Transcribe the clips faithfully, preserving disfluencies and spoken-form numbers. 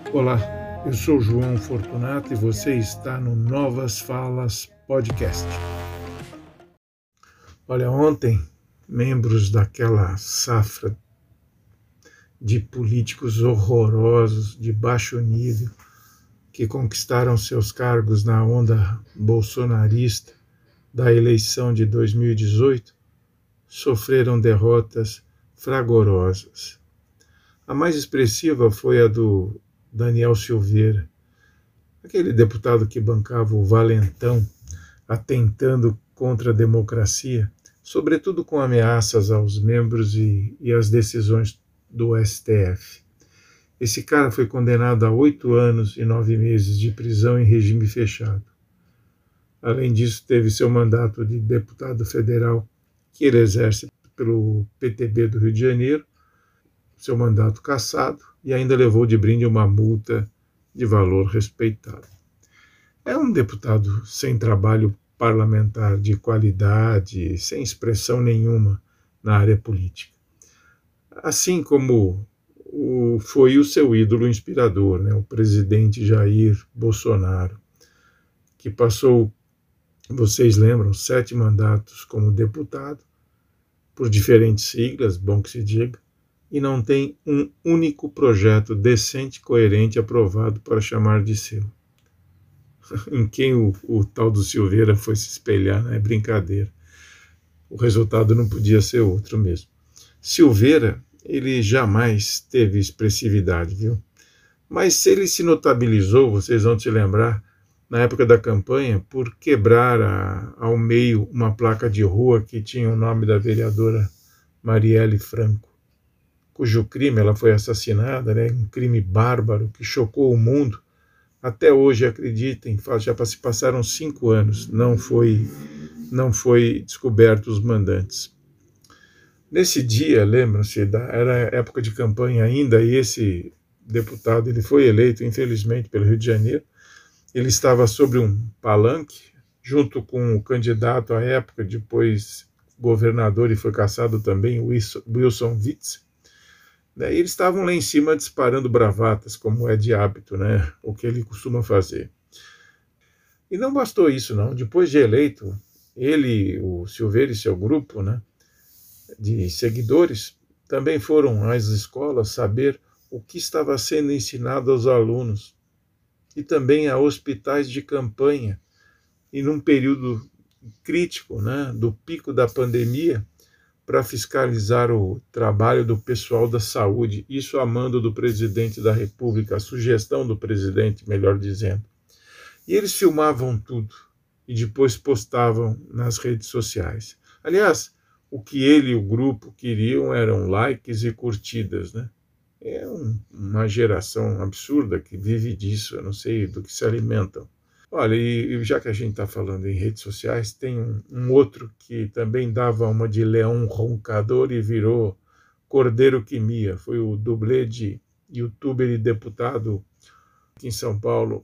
Olá, eu sou João Fortunato e você está no Novas Falas Podcast. Olha, ontem, membros daquela safra de políticos horrorosos, de baixo nível, que conquistaram seus cargos na onda bolsonarista da eleição de dois mil e dezoito, sofreram derrotas fragorosas. A mais expressiva foi a do Daniel Silveira, aquele deputado que bancava o valentão, atentando contra a democracia, sobretudo com ameaças aos membros e, e às decisões do S T F. Esse cara foi condenado a oito anos e nove meses de prisão em regime fechado. Além disso, teve seu mandato de deputado federal, que ele exerce pelo P T B do Rio de Janeiro, seu mandato cassado, e ainda levou de brinde uma multa de valor respeitável. É um deputado sem trabalho parlamentar de qualidade, sem expressão nenhuma na área política. Assim como o, foi o seu ídolo inspirador, né, o presidente Jair Bolsonaro, que passou, vocês lembram, sete mandatos como deputado, por diferentes siglas, bom que se diga, e não tem um único projeto decente e coerente aprovado para chamar de seu. Em quem o, o tal do Silveira foi se espelhar, não é brincadeira. O resultado não podia ser outro mesmo. Silveira, ele jamais teve expressividade, viu? Mas ele se notabilizou, vocês vão se lembrar, na época da campanha, por quebrar a, ao meio uma placa de rua que tinha o nome da vereadora Marielle Franco, cujo crime, ela foi assassinada, né? Um crime bárbaro que chocou o mundo. Até hoje, acreditem, já se passaram cinco anos, não foi, não foi descoberto os mandantes. Nesse dia, lembram-se, era época de campanha ainda, e esse deputado ele foi eleito, infelizmente, pelo Rio de Janeiro. Ele estava sobre um palanque, junto com o candidato à época, depois governador, e foi cassado também, Wilson Witzel. E eles estavam lá em cima disparando bravatas, como é de hábito, né? O que ele costuma fazer. E não bastou isso, não. Depois de eleito, ele, o Silveira e seu grupo, né, de seguidores, também foram às escolas saber o que estava sendo ensinado aos alunos e também a hospitais de campanha. E num período crítico, né, do pico da pandemia, para fiscalizar o trabalho do pessoal da saúde, isso a mando do presidente da República, a sugestão do presidente, melhor dizendo. E eles filmavam tudo e depois postavam nas redes sociais. Aliás, o que ele e o grupo queriam eram likes e curtidas, né? É um, uma geração absurda que vive disso, eu não sei do que se alimentam. Olha, e já que a gente está falando em redes sociais, tem um, um outro que também dava uma de leão roncador e virou cordeiro que mia. Foi o dublê de youtuber e deputado aqui em São Paulo,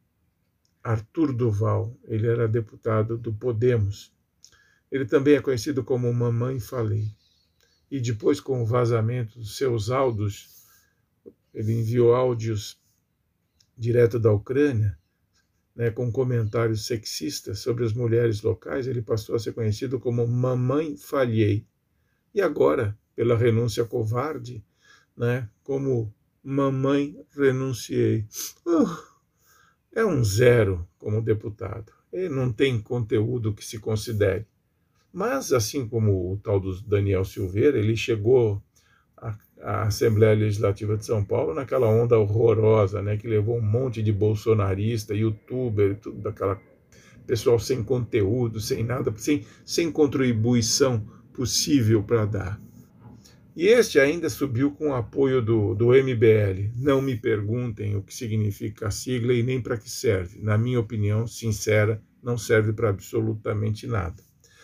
Arthur Duval. Ele era deputado do Podemos. Ele também é conhecido como Mamãe Falei. E depois, com o vazamento dos seus áudios, ele enviou áudios direto da Ucrânia, né, com comentários sexistas sobre as mulheres locais, ele passou a ser conhecido como Mamãe Falhei. E agora, pela renúncia covarde, né, como Mamãe Renunciei. Uh, é um zero como deputado. Ele não tem conteúdo que se considere. Mas, assim como o tal do Daniel Silveira, ele chegou à Assembleia Legislativa de São Paulo naquela onda horrorosa, né, que levou um monte de bolsonarista, youtuber, tudo daquela pessoal sem conteúdo, sem nada, sem, sem contribuição possível para dar. E este ainda subiu com o apoio do, do M B L. Não me perguntem o que significa a sigla e nem para que serve. Na minha opinião sincera, não serve para absolutamente nada.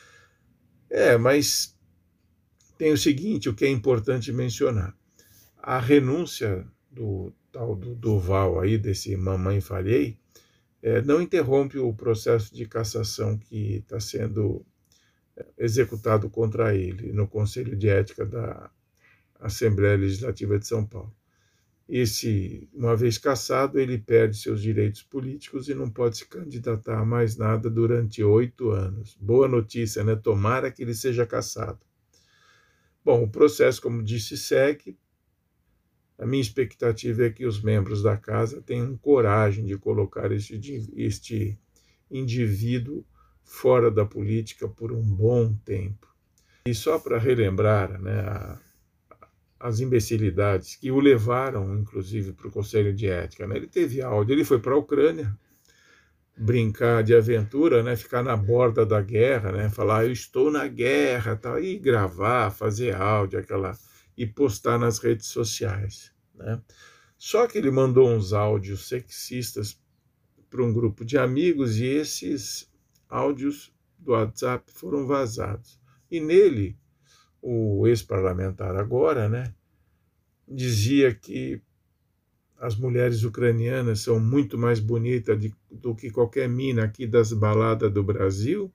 É, mas tem o seguinte, o que é importante mencionar. A renúncia do tal do Duval aí, desse Mamãe Falhei, é, não interrompe o processo de cassação que está sendo executado contra ele no Conselho de Ética da Assembleia Legislativa de São Paulo. esse, uma vez cassado, ele perde seus direitos políticos e não pode se candidatar a mais nada durante oito anos. Boa notícia, né? Tomara que ele seja cassado. Bom, o processo, como disse, segue. A minha expectativa é que os membros da casa tenham coragem de colocar este, este indivíduo fora da política por um bom tempo. E só para relembrar, né, a, as imbecilidades que o levaram, inclusive, para o Conselho de Ética, né? Ele teve áudio, ele foi para a Ucrânia brincar de aventura, né, ficar na borda da guerra, né, falar eu estou na guerra, tal, e gravar, fazer áudio, aquela, e postar nas redes sociais, né? Só que ele mandou uns áudios sexistas para um grupo de amigos e esses áudios do WhatsApp foram vazados. E nele, o ex-parlamentar agora, né, dizia que as mulheres ucranianas são muito mais bonitas de, do que qualquer mina aqui das baladas do Brasil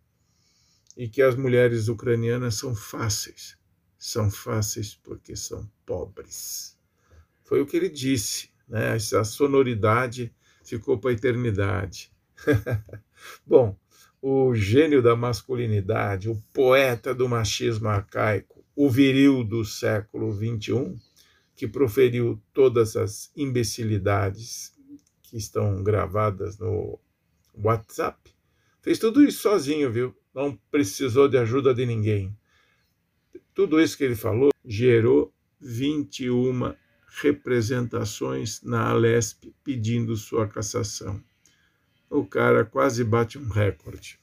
e que as mulheres ucranianas são fáceis. São fáceis porque são pobres. Foi o que ele disse, né? Essa sonoridade ficou para a eternidade. Bom, o gênio da masculinidade, o poeta do machismo arcaico, o viril do século vinte e um, que proferiu todas as imbecilidades que estão gravadas no WhatsApp, fez tudo isso sozinho, viu? Não precisou de ajuda de ninguém. Tudo isso que ele falou gerou vinte e uma representações na Alesp pedindo sua cassação. O cara quase bate um recorde.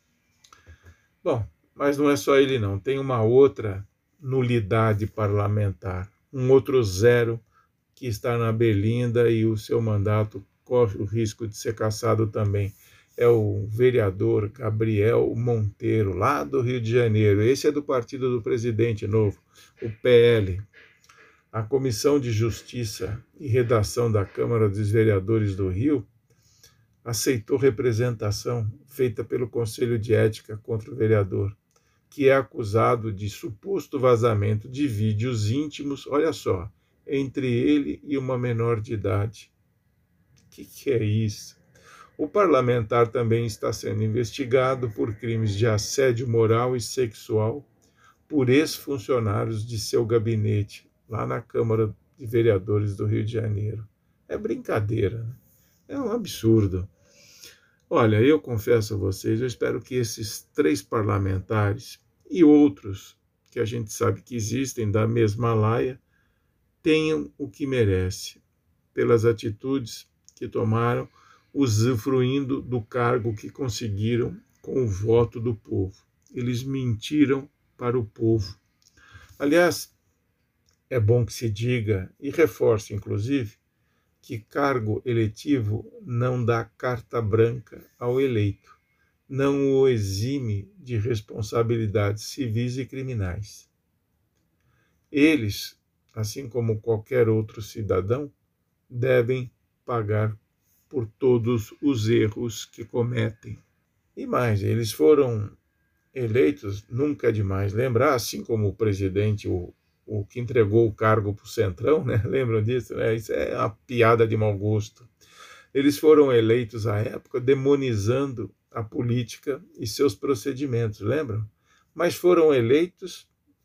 Bom, mas não é só ele não, tem uma outra nulidade parlamentar, um outro zero que está na berlinda e o seu mandato corre o risco de ser cassado também. É o vereador Gabriel Monteiro, lá do Rio de Janeiro. Esse é do partido do presidente novo, o P L. A Comissão de Justiça e Redação da Câmara dos Vereadores do Rio aceitou representação feita pelo Conselho de Ética contra o vereador, que é acusado de suposto vazamento de vídeos íntimos, olha só, entre ele e uma menor de idade. O que, que é isso? O parlamentar também está sendo investigado por crimes de assédio moral e sexual por ex-funcionários de seu gabinete, lá na Câmara de Vereadores do Rio de Janeiro. É brincadeira, né? É um absurdo. Olha, eu confesso a vocês, eu espero que esses três parlamentares e outros que a gente sabe que existem da mesma laia tenham o que merece pelas atitudes que tomaram, usufruindo do cargo que conseguiram com o voto do povo. Eles mentiram para o povo. Aliás, é bom que se diga e reforce, inclusive, que cargo eletivo não dá carta branca ao eleito, não o exime de responsabilidades civis e criminais. Eles, assim como qualquer outro cidadão, devem pagar por todos os erros que cometem. E mais, eles foram eleitos, nunca é demais lembrar, assim como o presidente, o o que entregou o cargo para o Centrão, né? Lembram disso? Né? Isso é uma piada de mau gosto. Eles foram eleitos à época demonizando a política e seus procedimentos, lembram? Mas foram eleitos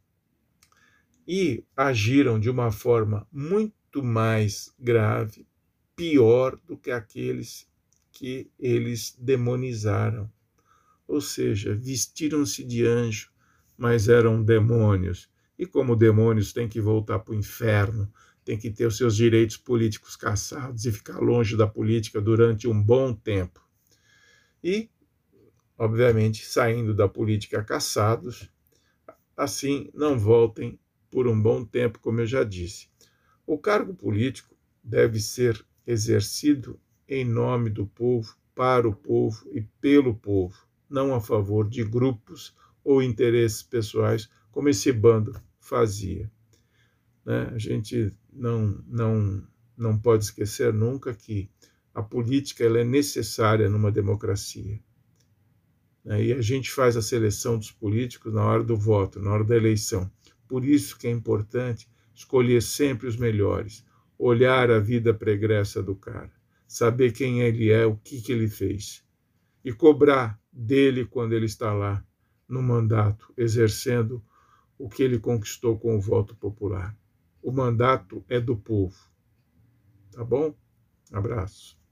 e agiram de uma forma muito mais grave, pior do que aqueles que eles demonizaram. Ou seja, vestiram-se de anjo, mas eram demônios. E como demônios têm que voltar para o inferno, têm que ter os seus direitos políticos cassados e ficar longe da política durante um bom tempo. E, obviamente, saindo da política cassados, assim não voltem por um bom tempo, como eu já disse. O cargo político deve ser exercido em nome do povo, para o povo e pelo povo, não a favor de grupos ou interesses pessoais, como esse bando fazia. Né? A gente não, não, não pode esquecer nunca que a política ela é necessária numa democracia. Né? E a gente faz a seleção dos políticos na hora do voto, na hora da eleição. Por isso que é importante escolher sempre os melhores. olhar a vida pregressa do cara, saber quem ele é, o que, que ele fez, e cobrar dele quando ele está lá, no mandato, exercendo o que ele conquistou com o voto popular. O mandato é do povo. Tá bom? Abraço.